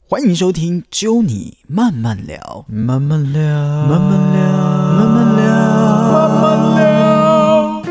欢迎收听揪你慢慢聊， 慢慢聊， 慢慢聊，慢慢聊，慢慢聊。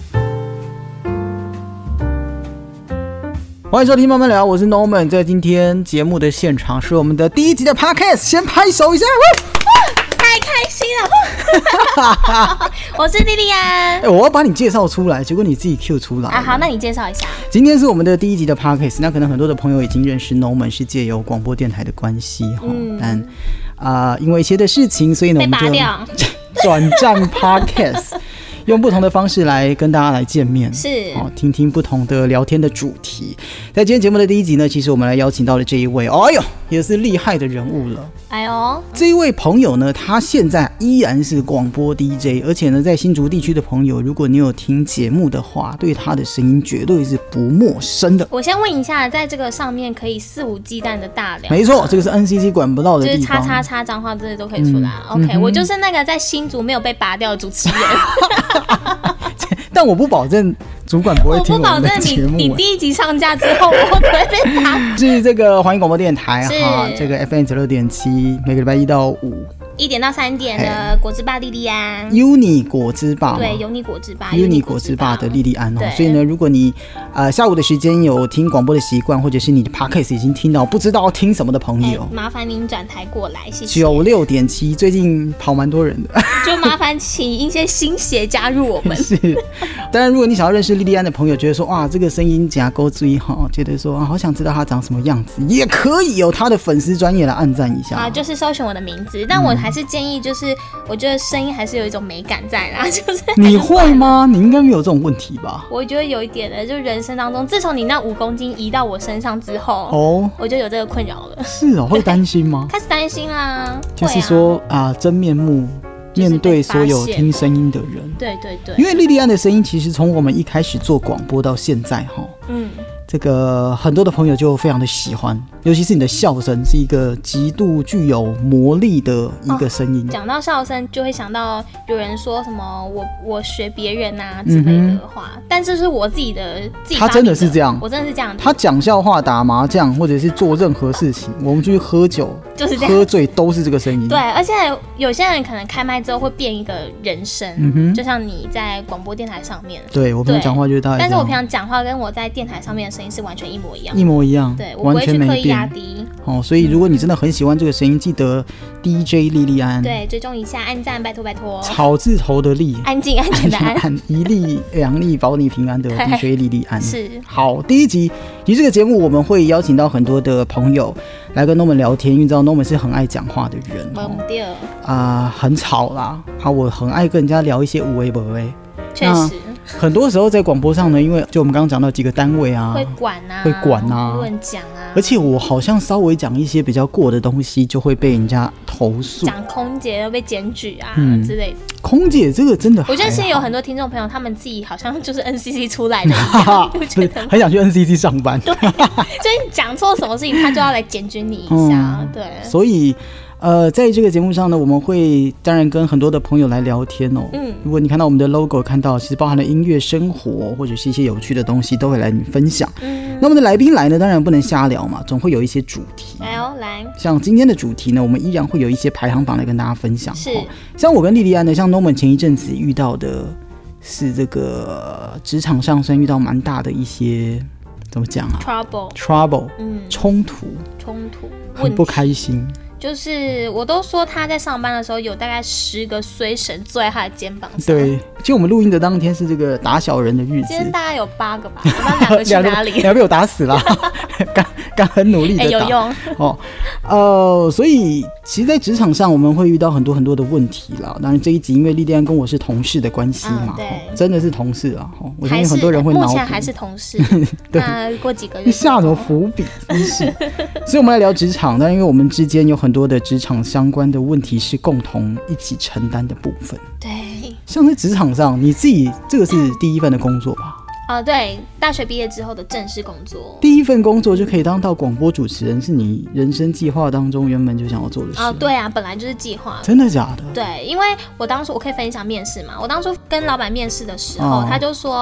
欢迎收听慢慢聊，我是 Norman。在今天节目的现场是我们的第一集的 Podcast， 先拍手一下， 太开心了！我是莉莉安。 我要把你介绍出来，结果你自己 Q 出来。 好，那你介绍一下。 今天是我们的第一集的 Podcast， 那可能很多的朋友已经认识 Norman 是借由广播电台的关系，但因为一些的事情，所以呢我们就转战 Podcast。用不同的方式来跟大家来见面， 是听听不同的聊天的主题。在今天节目的第一集呢，其实我们来邀请到了这一位，也是厉害的人物了。这一位朋友呢，他现在依然是广播 DJ， 而且呢，在新竹地区的朋友，如果你有听节目的话，对他的声音绝对是不陌生的。 我先问一下，在这个上面可以肆无忌惮的大聊？ 没错，这个是 NCC 管不到的地方， 就是叉叉叉脏话这些都可以出来。OK，我就是那个在新竹没有被拔掉的主持人。 但我不保证主管不会听我们的节目。 我不保证你第一集上架之后，我不会被拔。 是这个环宇广播电台哈，这个 FM 96.7，每个礼拜1到5。 1点到3点的果汁吧莉莉安 ，Uni 果汁吧， 对，Uni 果汁吧 ，Uni 果汁吧的莉莉安所以呢，如果你下午的时间有听广播的习惯，或者是你的 Podcast 已经听到不知道听什么的朋友， 麻烦您转台过来，谢谢。 96.7，最近跑蛮多人的， 就麻烦请一些新血加入我们。 是，当然如果你想要认识莉莉安的朋友，觉得说哇这个声音假勾追哈，觉得说好想知道她长什么样子，也可以有她的粉丝专页来按赞一下就是搜寻我的名字，但我还是建议就是我觉得声音还是有一种美感在啦，就是你会吗？你应该没有这种问题吧？ 我觉得有一点的，就是人生当中，自从你那5公斤移到我身上之后，我就有这个困扰了。 是会担心吗？ 开始担心啦， 就是说真面目面对所有听声音的人。 对， 因为莉莉安的声音其实从我们一开始做广播到现在这个很多的朋友就非常的喜欢，尤其是你的笑声是一个极度具有魔力的一个声音。 讲到笑声就会想到有人说什么我学别人之类的话，但这是我自己他真的是这样， 我真的是这样。 他讲笑话、打麻将或者是做任何事情，我们去喝酒就是这样， 喝醉都是这个声音。 对，而且有些人可能开麦之后会变一个人声，就像你在广播电台上面， 对我平常讲话就是大概这样， 但是我平常讲话跟我在电台上面的声音是完全一模一样， 一模一样， 对，我不会去刻意压低。 所以如果你真的很喜欢这个声音，记得 DJ 莉莉安， 对，追踪一下，按赞，拜托拜托。 草字头的莉， 安静安全的安， 一粒两粒保你平安的 DJ 莉莉安。 是好，第一集其实这个节目我们会邀请到很多的朋友来跟 Norman 聊天，因为知道 Norman 是很爱讲话的人，很吵啦，我很爱跟人家聊一些有的没的。 确实， 很多时候在广播上呢，因为就我们刚刚讲到几个单位会管乱讲而且我好像稍微讲一些比较过的东西，就会被人家投诉， 讲空姐又被检举之类的。 空姐这个真的， 我觉得现在有很多听众朋友，他们自己好像就是 NCC 出来的一样， 很想去 NCC 上班。 对，就是讲错什么事情，他就要来检举你一下。对， 所以。在这个节目上呢，我们会当然跟很多的朋友来聊天如果你看到我们的 logo， 看到其实包含了音乐、生活或者是一些有趣的东西，都会来你分享。那我们的来宾来呢，当然不能瞎聊嘛，总会有一些主题。 来， 像今天的主题呢，我们依然会有一些排行榜来跟大家分享。 是， 像我跟莉莉安呢，像 Norman 前一阵子遇到的是这个职场上虽然遇到蛮大的一些怎么讲trouble， 冲突，很不开心。 就是我都说他在上班的时候有大概10个衰神坐在他的肩膀上。 对，其实我们录音的当天是这个打小人的日子， 今天大概有8个吧，我不知道2个去哪里， 2个被我打死了，刚很努力的打， 有用所以其实在职场上我们会遇到很多很多的问题啦。当然这一集因为莉莉安跟我是同事的关系嘛，真的是同事啊，我相信很多人会脑补， 目前还是同事那过几个月你下什么伏笔真是所以我们来聊职场，但因为我们之间有很多的职场相关的问题是共同一起承担的部分。 对， 像在职场上你自己这个是第一份的工作吧？ 对，大学毕业之后的正式工作， 第一份工作就可以当到广播主持人，是你人生计划当中原本就想要做的事。 对啊，本来就是计划。 真的假的？ 对，因为我当初我可以分享面试嘛，我当初跟老板面试的时候，他就说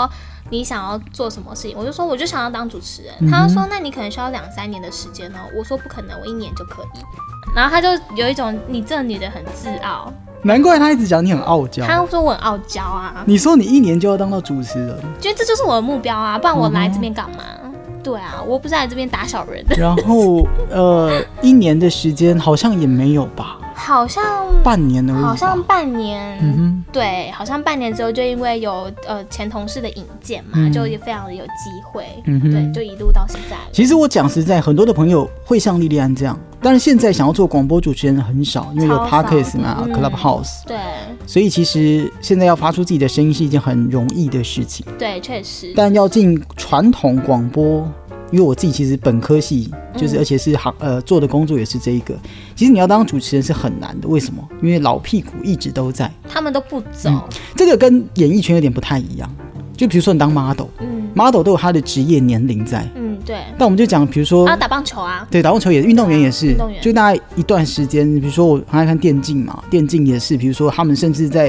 你想要做什么事情？我就说我就想要当主持人。他就说那你可能需要2-3年的时间哦。我说不可能，我1年就可以。然后他就有一种你这女的很自傲。 难怪他一直讲你很傲娇。 他说我很傲娇啊。 你说你1年就要当到主持人， 觉得这就是我的目标啊，不然我来这边干嘛？对啊，我不是来这边打小人的。 然后1年的时间好像也没有吧？ 好像半年而已。 好像半年。对，好像半年之后就因为有前同事的引荐嘛，就也非常的有机会。对，就一路到现在了。 其实我讲实在，很多的朋友会像莉莉安这样，但是现在想要做广播主持人很少，因为有 Podcast 嘛，Clubhouse。 对。 所以其实现在要发出自己的声音是一件很容易的事情。 对，确实。 但要进传统广播，因为我自己其实本科系而且是做的工作也是这一个。其实你要当主持人是很难的，为什么？因为老屁股一直都在， 他们都不走。 这个跟演艺圈有点不太一样。就比如说你当 model，model 都有他的职业年龄在。对。但我们就讲，比如说打棒球啊， 对，打棒球也是，运动员也是，就大概一段时间，比如说我很爱看电竞嘛，电竞也是，比如说他们甚至在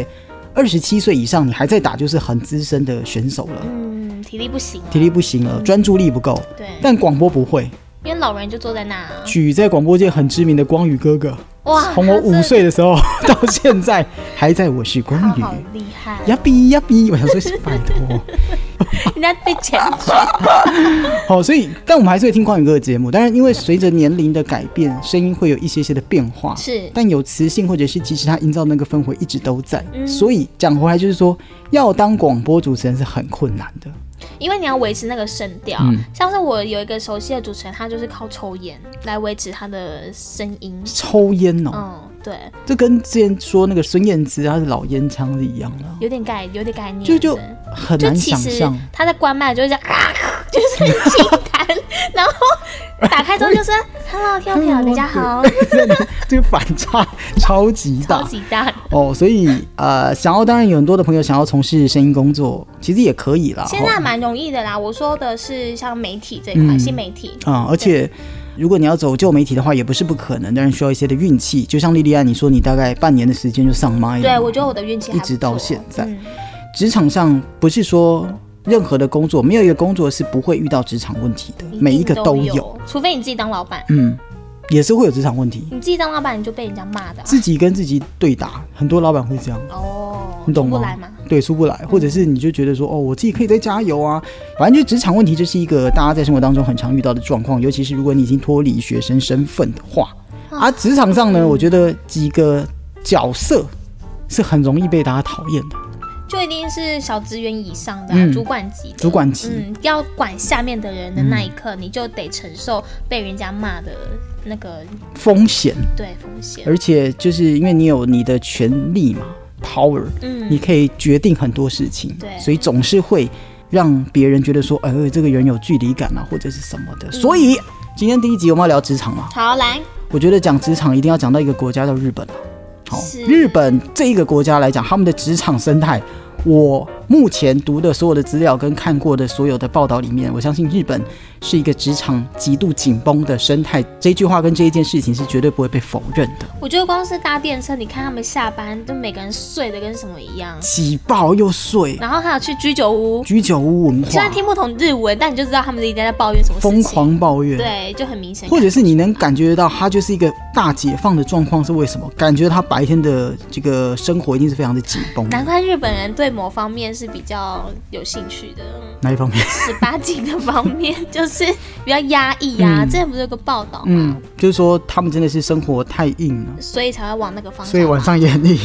27岁以上，你还在打，就是很资深的选手了。 体力不行了， 专注力不够。对。但广播不会， 因为老人就坐在那。 举在广播界很知名的光宇哥哥，哇，从我5岁的时候到现在还在我是光宇， 好厉害！ 呀比，我想说拜托， 人家被钱去。 好，所以但我们还是会听光宇哥的节目，当然因为随着年龄的改变，声音会有一些些的变化，是，但有磁性或者是其实他营造那个氛围一直都在。所以讲回来就是说，要当广播主持人是很困难的。 因为你要维持那个声调，像是我有一个熟悉的主持人，他就是靠抽烟来维持他的声音。抽烟哦，对，这跟之前说那个孙燕姿他是老烟枪是一样的， 有点概念， 就很难想象。 他在关麦就是这样就是很轻弹，然后打开之后就是Hello， 听众朋友，大家好。 这个反差超级大，哦，所以当然有很多的朋友想要从事声音工作，其实也可以啦。 现在蛮容易的啦，我说的是像媒体这一块，新媒体而且如果你要走旧媒体的话，也不是不可能，当然需要一些的运气。就像莉莉安，你说你大概半年的时间就上麦了， 对，我觉得我的运气还不错， 一直到现在。职场上不是说任何的工作，没有一个工作是不会遇到职场问题的，每一个都有， 除非你自己当老板， 也是会有职场问题。 你自己当老板，你就被人家骂的， 自己跟自己对打，很多老板会这样。你懂吗？ 出不来吗？ 对，出不来，或者是你就觉得说，我自己可以再加油啊。反正就职场问题，这是一个大家在生活当中很常遇到的状况，尤其是如果你已经脱离学生身份的话。职场上呢，我觉得几个角色是很容易被大家讨厌的。 就一定是小职员以上的、主管级，要管下面的人的那一刻，你就得承受被人家骂的那个风险。 对，风险。 而且就是因为你有你的权利嘛 ，power，你可以决定很多事情，对，所以总是会让别人觉得说，这个人有距离感啊，或者是什么的。所以今天第一集我们要聊职场嘛， 好，来， 我觉得讲职场一定要讲到一个国家叫日本。好，日本这一个国家来讲，他们的职场生态，我目前读的所有的资料跟看过的所有的报道里面，我相信日本是一个职场极度紧绷的生态，这句话跟这一件事情是绝对不会被否认的。 我觉得光是搭电车，你看他们下班就每个人睡的跟什么一样， 挤爆又睡， 然后还有去居酒屋文化， 虽然听不懂日文，但你就知道他们一直在抱怨什么事情，疯狂抱怨， 对，就很明显。 或者是你能感觉到他就是一个大解放的状况，是为什么？感觉他白天的这个生活一定是非常的紧绷。 难怪日本人对某方面是比较有兴趣的。 哪一方面 ？18禁的方面，就是比较压抑啊。之前不是有个报道吗？ 就是说他们真的是生活太硬了， 所以才会往那个方向。 所以晚上也很硬。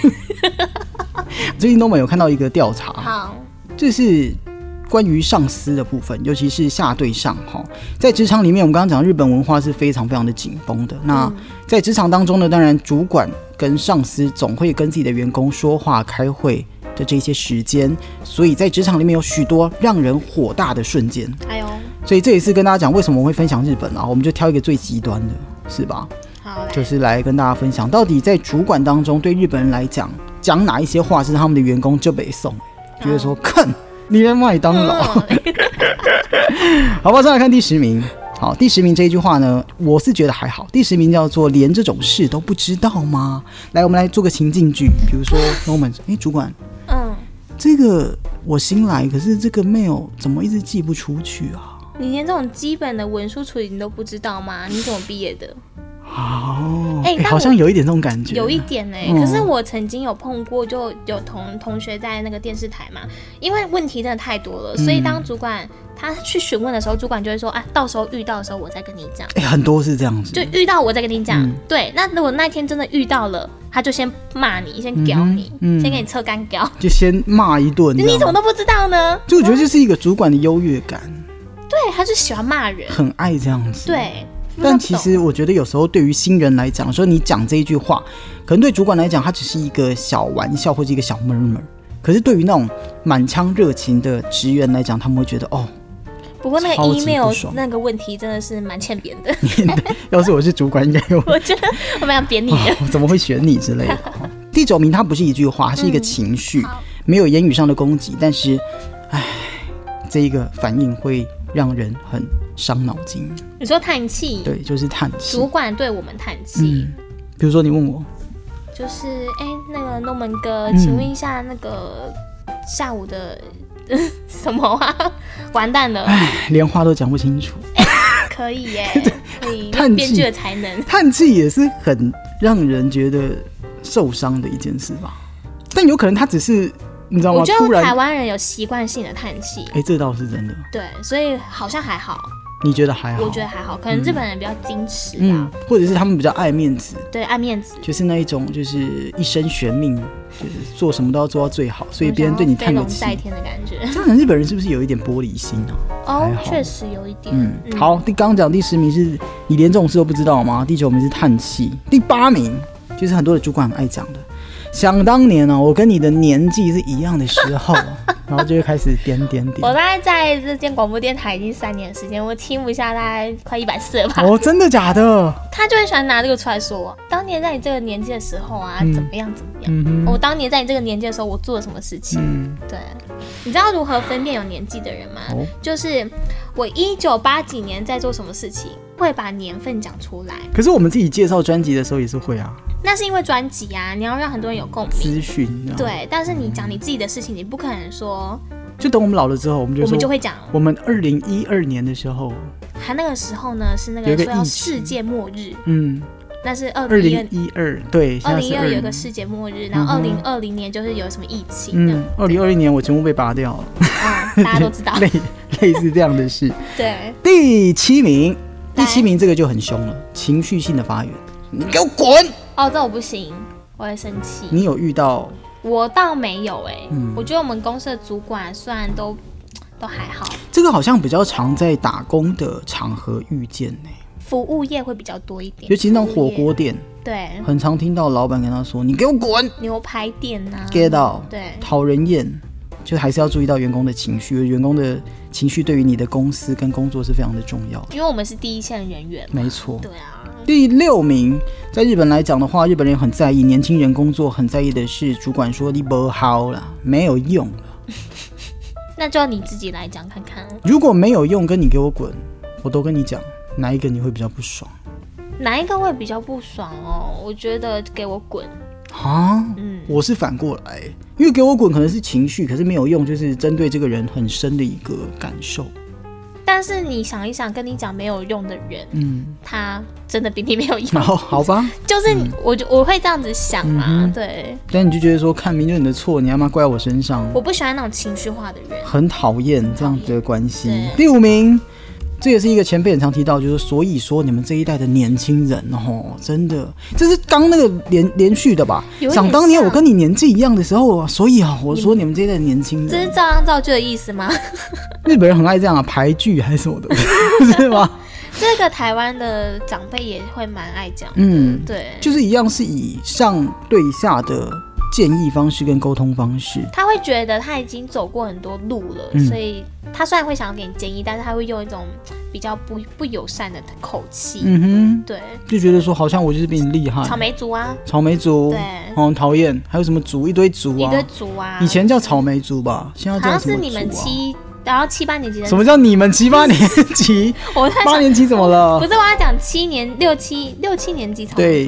最近东北有看到一个调查， 好， 这是关于上司的部分，尤其是下对上。在职场里面，我们刚刚讲日本文化是非常非常的紧绷的。那在职场当中呢，当然主管跟上司总会跟自己的员工说话、开会的这些时间，所以在职场里面有许多让人火大的瞬间。 哎呦， 所以这也是跟大家讲为什么我会分享日本啊，我们就挑一个最极端的，是吧？ 好， 就是来跟大家分享，到底在主管当中，对日本人来讲，讲哪一些话是他们的员工就北送，觉得说看你在麦当劳。好吧，再来看第10名。好，第10名这一句话呢，我是觉得还好。第10名叫做连这种事都不知道吗？来，我们来做个情境剧，比如说，我们主管，这个我新来，可是这个 mail 怎么一直寄不出去啊？ 你连这种基本的文书处理你都不知道吗？你怎么毕业的？ 好像有一点这种感觉， 有一点可是我曾经有碰过，就有同学在那个电视台嘛，因为问题真的太多了，所以当主管他去询问的时候，主管就会说到时候遇到的时候我再跟你讲。 很多是这样子， 就遇到我再跟你讲。对，那如果那天真的遇到了，他就先骂你，先屌你，先给你测干屌， 就先骂一顿。 你怎么都不知道呢？ 就我觉得这是一个主管的优越感。 对，他就喜欢骂人， 很爱这样子。 对。 但其实我觉得有时候对于新人来讲，说你讲这一句话，可能对主管来讲，它只是一个小玩笑或者一个小 murmur， 可是对于那种满腔热情的职员来讲，他们会觉得不过那个 email 那个问题真的是蛮欠扁的。 要是我是主管，应该我觉得我蛮想扁你的。 怎么会选你之类的？第9名，它不是一句话，它是一个情绪，没有言语上的攻击，但是，这一个反应会让人很伤脑筋。 你说叹气？ 对，就是叹气。 主管对我们叹气。 比如说你问我， 就是那个诺门哥，请问一下那个下午的什么啊？完蛋了， 连话都讲不清楚。 可以耶，可以。 叹气， 编剧的才能。 叹气也是很让人觉得受伤的一件事吧？但有可能他只是。你知道吗？ 我觉得台湾人有习惯性的叹气， 这倒是真的。 对，所以好像还好。 你觉得还好？ 我觉得还好，可能日本人比较矜持吧， 或者是他们比较爱面子。 对，爱面子， 就是那一种，就是一生悬命，就是做什么都要做到最好，所以别人对你叹个气， 飞龙在天的感觉。 这样日本人是不是有一点玻璃心啊？ 确实有一点。 好，刚刚讲第10名是你连这种事都不知道吗？第9名是叹气，第8名就是很多的主管很爱讲的。想当年我跟你的年纪是一样的时候，然后就会开始点。 我大概在这间广播电台已经3年的时间，我听不下大概快100次了吧。 真的假的？ 他就很喜欢拿这个出来说，当年在你这个年纪的时候怎么样。我当年在你这个年纪的时候，我做了什么事情。对，你知道如何分辨有年纪的人吗？就是我1980几年在做什么事情，会把年份讲出来。 可是我们自己介绍专辑的时候也是会啊。 那是因为专辑你要让很多人有共鸣资讯。 对，但是你讲你自己的事情，你不可能说。 就等我们老了之后，我们就会讲。 我们2012年的时候， 他那个时候呢是那个说要世界末日。那是 2012，对 ，2012有个世界末日，然后2020年就是有什么疫情。 2021年我全部被拔掉了。 大家都知道， 类似这样的事。 对， 第7名，这个就很凶了，情绪性的发言，你给我滚！ 这我不行，我会生气。 你有遇到？ 我倒没有我觉得我们公司的主管虽然都还好。 这个好像比较常在打工的场合遇见服务业会比较多一点， 尤其是那种火锅店， 对， 很常听到老板跟他说：“你给我滚！” 牛排店 get 到， 对， 讨人厌，就还是要注意到员工的情绪，员工的情绪对于你的公司跟工作是非常的重要， 因为我们是第一线人员。 没错， 对啊。 第6名，在日本来讲的话，日本人很在意年轻人工作，很在意的是主管说你不好啦，没有用了。 那就要你自己来讲看看。 如果没有用，跟你给我滚，我都跟你讲，哪一个你会比较不爽？ 哪一个会比较不爽我觉得给我滚。 我是反过来，因为给我滚可能是情绪，可是没有用，就是针对这个人很深的一个感受。 但是你想一想，跟你讲没有用的人，他真的比你没有用。 好吧， 就是我会这样子想嘛，对。 但你就觉得说，看明就是你的错，你还要怪我身上。 我不喜欢那种情绪化的人， 很讨厌这样子的关系。第5名，这也是一个前辈很常提到，就是所以说你们这一代的年轻人真的，这是刚那个连续的吧？想当年我跟你年纪一样的时候，所以我说你们这一代的年轻人， 这是照样造句的意思吗？ 日本人很爱这样排句还是什么的，是吗？ 这个台湾的长辈也会蛮爱讲，对， 就是一样是以上对下的建议方式跟沟通方式， 他会觉得他已经走过很多路了，所以他虽然会想要给你建议，但是他会用一种比较不友善的口气，对， 就觉得说好像我就是比你厉害， 草莓族啊， 草莓族， 对， 很讨厌，还有什么族，一堆族啊，以前叫草莓族吧，现在叫什么族啊？好像是你们然后7、8年级的。 什么叫你们7、8年级？8年级怎么了？ 不是，我要讲6、7年级草莓族吗？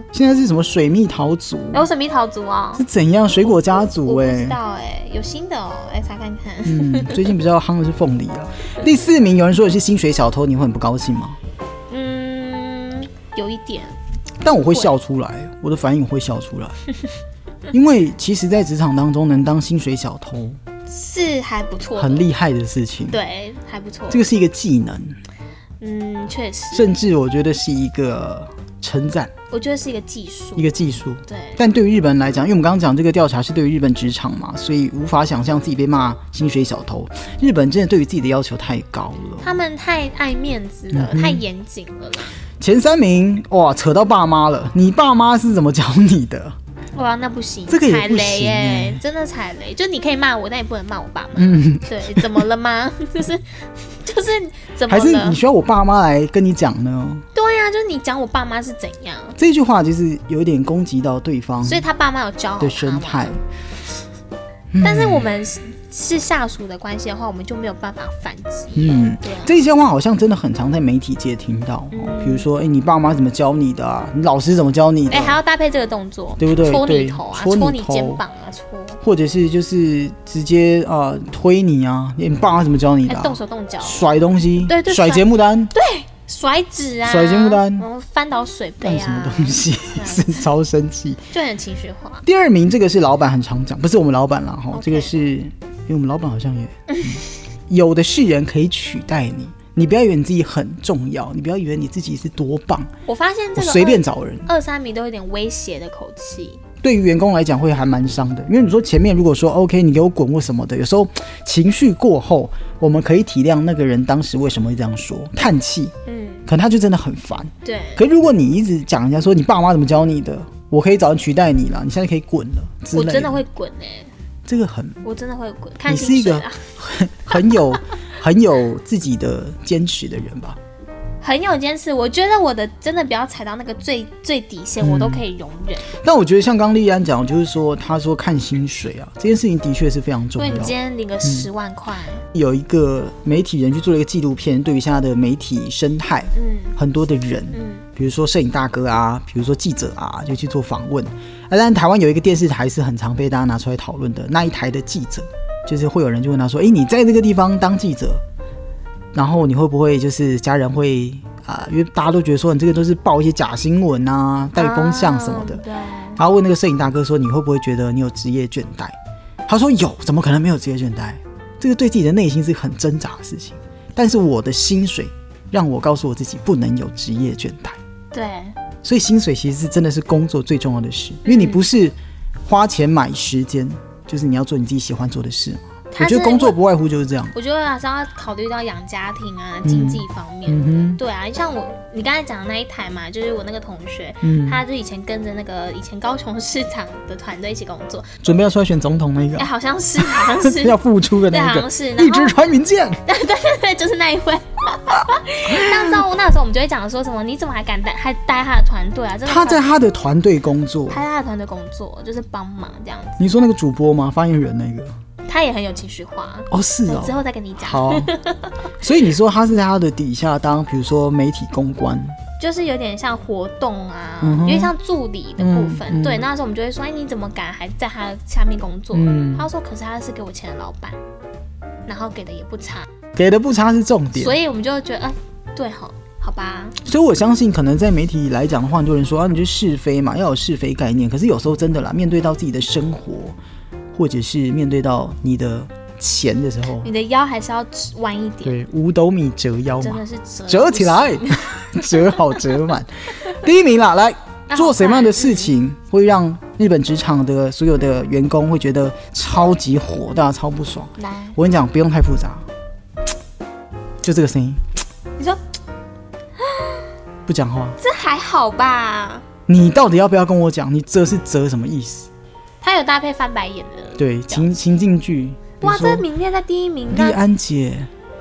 现在是什么水蜜桃族？ 有水蜜桃族啊？ 是怎样？水果家族我不知道有新的哦，来查看看。 最近比较夯的是凤梨啊。第4名有人说的是薪水小偷，你会很不高兴吗？ 有一点。 但我会笑出来，我的反应会笑出来，因为其实，在职场当中能当薪水小偷是还不错， 很厉害的事情。 对，还不错。 这个是一个技能。 确实。 甚至我觉得是一个称赞。 我觉得是一个技术， 对。但对于日本人来讲，因为我们刚刚讲这个调查是对于日本职场嘛，所以无法想象自己被骂薪水小偷。日本真的对于自己的要求太高了， 他们太爱面子了，太严谨了啦。 前3名，哇，扯到爸妈了。你爸妈是怎么教你的？ 哇，那不行， 这个也不行踩雷真的踩雷。就你可以骂我，但也不能骂我爸妈。对，怎么了吗？就是怎么了？还是你需要我爸妈来跟你讲呢？ 对呀，就是你讲我爸妈是怎样。 这句话就是有点攻击到对方， 所以他爸妈有教好的生态。 但是我们是下属的关系的话，我们就没有办法反击。对啊， 这些话好像真的很常在媒体界听到。比如说，你爸妈怎么教你的啊？你老师怎么教你的？ 还要搭配这个动作， 对不对？ 戳你头啊，戳你肩膀啊，戳。 或者是就是直接推你啊？你爸妈怎么教你的？ 动手动脚， 甩东西， 对， 甩节目单， 对。甩纸啊， 甩节目单， 然后翻倒水杯啊， 干什么东西？是超生气， 就很情绪化。 第2名这个是老板很常讲，不是我们老板啦哈，这个是因为我们老板好像也有的是人可以取代你，你不要以为你自己很重要，你不要以为你自己是多棒。 我发现这个随便找人 2、3名都有点威胁的口气。 对于员工来讲会还蛮伤的，因为你说前面如果说 OK 你给我滚或什么的，有时候情绪过后我们可以体谅那个人当时为什么会这样说，叹气，可能他就真的很烦。 对。 可如果你一直讲人家说你爸妈怎么教你的，我可以找人取代你了，你现在可以滚了之类的， 我真的会滚这个我真的会滚，看薪水啊。 你是一个很有自己的坚持的人吧？ 很有坚持，我觉得我的真的不要踩到那个最底线，我都可以容忍。 但我觉得像刚立安讲，就是说他说看薪水啊，这件事情的确是非常重要。 所以你今天领个10万块， 有一个媒体人去做了一个纪录片，对于现在的媒体生态，很多的人，比如说摄影大哥啊，比如说记者啊，就去做访问。当然台湾有一个电视台是很常被大家拿出来讨论的，那一台的记者，就是会有人就问他说：“你在这个地方当记者？”然后你会不会就是家人会因为大家都觉得说你这个都是报一些假新闻啊，带风向什么的。 对。 然后问那个摄影大哥说你会不会觉得你有职业倦怠？他说有，怎么可能没有职业倦怠？这个对自己的内心是很挣扎的事情。但是我的薪水让我告诉我自己不能有职业倦怠。 对。 所以薪水其实是真的是工作最重要的事，因为你不是花钱买时间，就是你要做你自己喜欢做的事嘛。我觉得工作不外乎就是这样。 我觉得还是要考虑到养家庭啊、经济方面。对啊，像你刚才讲的那一台嘛，就是我那个同学，他就以前跟着那个以前高雄市长的团队一起工作， 准备要出来选总统那个。 好像是要付出的那个， 好像是一支穿云箭。 对，就是那一位。那时候我们就会讲说什么，你怎么还敢还带他的团队啊？ 他在他的团队工作， 他在他的团队工作就是帮忙这样子。 你说那个主播吗？发言人那个。 他也很有情绪化是哦， 之后再跟你讲。 好，所以你说他是在他的底下当，比如说媒体公关， 就是有点像活动啊，有点像助理的部分。对，那时候我们就会说，你怎么敢还在他下面工作？他说，可是他是给我钱的老板，然后给的也不差， 给的不差是重点。 所以我们就觉得，对吼。好吧， 所以我相信可能在媒体来讲的话，很多人说你就是是非嘛，要有是非概念。可是有时候真的啦，面对到自己的生活，或者是面对到你的钱的时候， 你的腰还是要弯一点。 对，5斗米折腰嘛， 真的是折起来，折好折满。第1名啦，来做什么样的事情会让日本职场的所有的员工会觉得超级火大、超不爽？来，我跟你讲，不用太复杂，就这个声音。 你说。 不讲话， 这还好吧？ 你到底要不要跟我讲？你折是折什么意思？ 他有搭配翻白眼的， 对，情境剧。 哇，这名列在第1名。 丽安姐，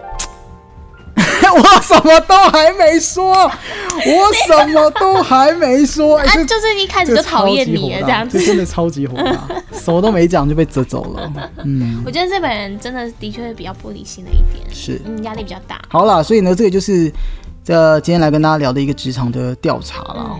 我什么都还没说， 就是一开始就讨厌你了，这样子， 这真的超级火大，什么都没讲就被折走了。 我觉得日本人真的的确是比较玻璃心的一点， 是， 压力比较大。 好啦，所以呢，这个就是今天来跟大家聊的一个职场的调查啦。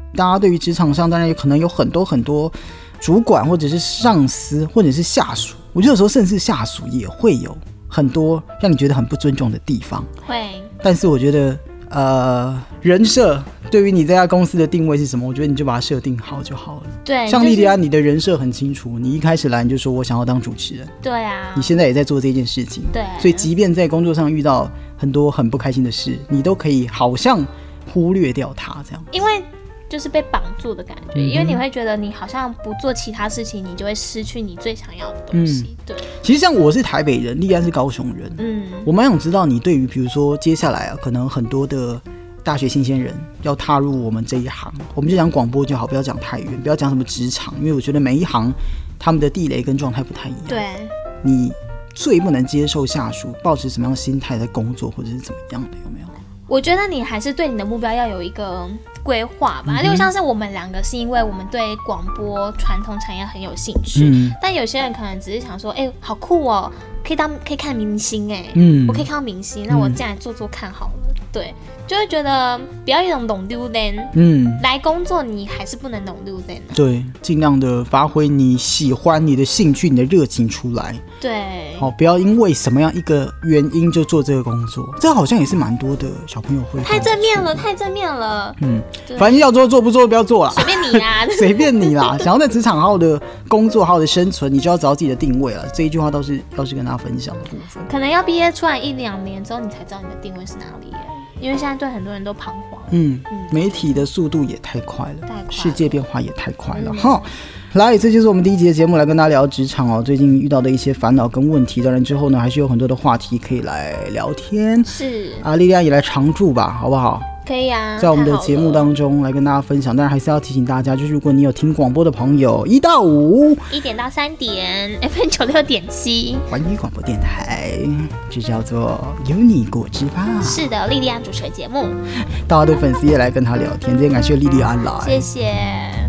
大家对于职场上当然可能有很多很多主管或者是上司或者是下属，我觉得有时候甚至下属也会有很多让你觉得很不尊重的地方， 会。 但是我觉得人设对于你这家公司的定位是什么，我觉得你就把它设定好就好了。 对， 像莉莉安，你的人设很清楚，你一开始来你就说我想要当主持人。 对啊， 你现在也在做这件事情。 对， 所以即便在工作上遇到很多很不开心的事，你都可以好像忽略掉它这样。 因为就是被绑住的感觉，因为你会觉得你好像不做其他事情，你就会失去你最想要的东西。对， 其实像我是台北人，莉安是高雄人，我蛮想知道你对于比如说接下来可能很多的大学新鲜人要踏入我们这一行，我们就讲广播就好，不要讲太远，不要讲什么职场，因为我觉得每一行他们的地雷跟状态不太一样。 对， 你最不能接受下属抱持什么样的心态在工作，或者是怎么样的，有没有？ 我觉得你还是对你的目标要有一个规划吧。例如像是我们两个是因为我们对广播传统产业很有兴趣，但有些人可能只是想说，好酷哦，可以看明星我可以看到明星，那我进来做做看好了。对，就会觉得不要一种弄丢人，来工作你还是不能弄丢人。 对，尽量的发挥你喜欢、你的兴趣、你的热情出来。 对， 不要因为什么样一个原因就做这个工作，这好像也是蛮多的小朋友会。 太正面了，太正面了。 反正要做做，不做不要做啦， 随便你啦， 随便你啦。想要在职场好好的工作、好好的生存，你就要找到自己的定位了。这一句话倒是要是跟大家分享的部分。 可能要毕业出来1-2年之后，你才知道你的定位是哪里耶。因为现在对很多人都彷徨。 媒体的速度也太快了，世界变化也太快了哈。来，这就是我们第一集的节目，来跟大家聊职场哦，最近遇到的一些烦恼跟问题。当然之后呢，还是有很多的话题可以来聊天。 是啊， 莉莉安也来常驻吧，好不好？ 可以啊， 在我们的节目当中来跟大家分享。当然还是要提醒大家，就是如果你有听广播的朋友，1到5，1 点到3点 FM96.7， 环宇广播电台，这叫做有你果汁吧。 是的，莉莉安主持的节目， 大家对粉丝也来跟他聊天，今天感谢莉莉安来， 谢谢。